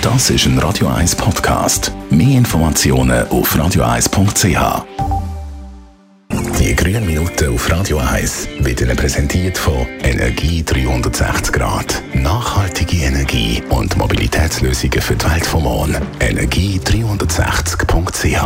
Das ist ein Radio 1 Podcast. Mehr Informationen auf radio1.ch. Die grünen Minuten auf Radio 1 wird Ihnen präsentiert von Energie 360 Grad. Nachhaltige Energie und Mobilitätslösungen für die Welt vom Morgen. Energie360.ch.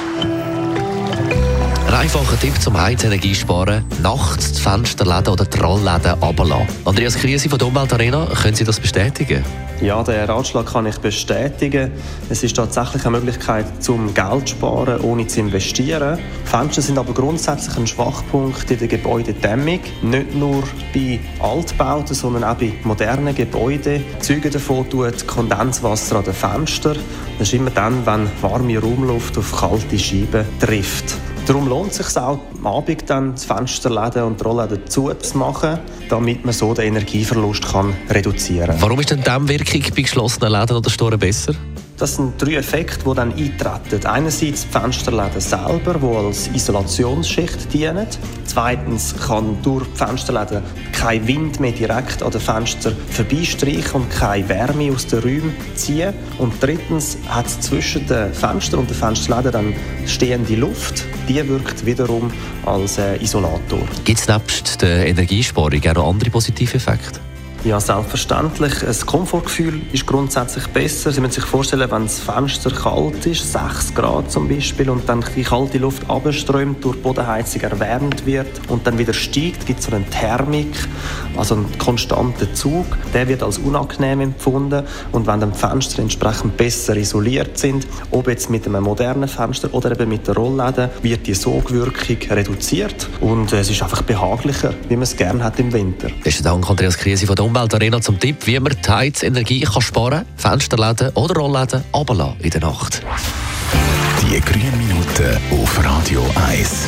Ein einfacher Tipp zum Heizenergie sparen: nachts die Fensterläden oder die Rollläden runterlassen. Andreas Krise von der Umweltarena, können Sie das bestätigen? Ja, den Ratschlag kann ich bestätigen. Es ist tatsächlich eine Möglichkeit, zum Geld zu sparen, ohne zu investieren. Fenster sind aber grundsätzlich ein Schwachpunkt in der Gebäudedämmung. Nicht nur bei Altbauten, sondern auch bei modernen Gebäuden. Zeugen davon tut Kondenswasser an den Fenstern. Das ist immer dann, wenn warme Raumluft auf kalte Scheiben trifft. Darum lohnt es sich auch, am Abend dann das Fensterläden und die Rollläden zuzumachen, damit man so den Energieverlust reduzieren kann. Warum ist denn die Wirkung bei geschlossenen Läden oder Storen besser? Das sind 3 Effekte, die dann eintreten. Einerseits die Fensterläden selber, die als Isolationsschicht dienen. Zweitens kann durch die Fensterläden kein Wind mehr direkt an den Fenstern vorbeistreichen und keine Wärme aus den Räumen ziehen. Und drittens hat es zwischen den Fenstern und den Fensterläden dann stehende Luft. Die wirkt wiederum als Isolator. Gibt es nebst der Energiesparung auch noch andere positive Effekte? Ja, selbstverständlich. Das Komfortgefühl ist grundsätzlich besser. Sie müssen sich vorstellen, wenn das Fenster kalt ist, 6 Grad zum Beispiel, und dann die kalte Luft abströmt, durch die Bodenheizung erwärmt wird und dann wieder steigt, gibt es so eine Thermik, also einen konstanten Zug. Der wird als unangenehm empfunden, und wenn dann die Fenster entsprechend besser isoliert sind, ob jetzt mit einem modernen Fenster oder eben mit der Rollläden, wird die Sogwirkung reduziert und es ist einfach behaglicher, wie man es gerne hat im Winter. Besten Dank, Andreas Krise von der Umweltarena, zum Tipp, wie man die Heizenergie sparen kann: Fensterläden oder Rollläden runterlassen in der Nacht. Die grünen Minuten auf Radio 1.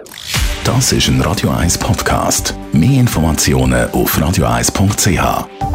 Das ist ein Radio 1 Podcast. Mehr Informationen auf radio1.ch.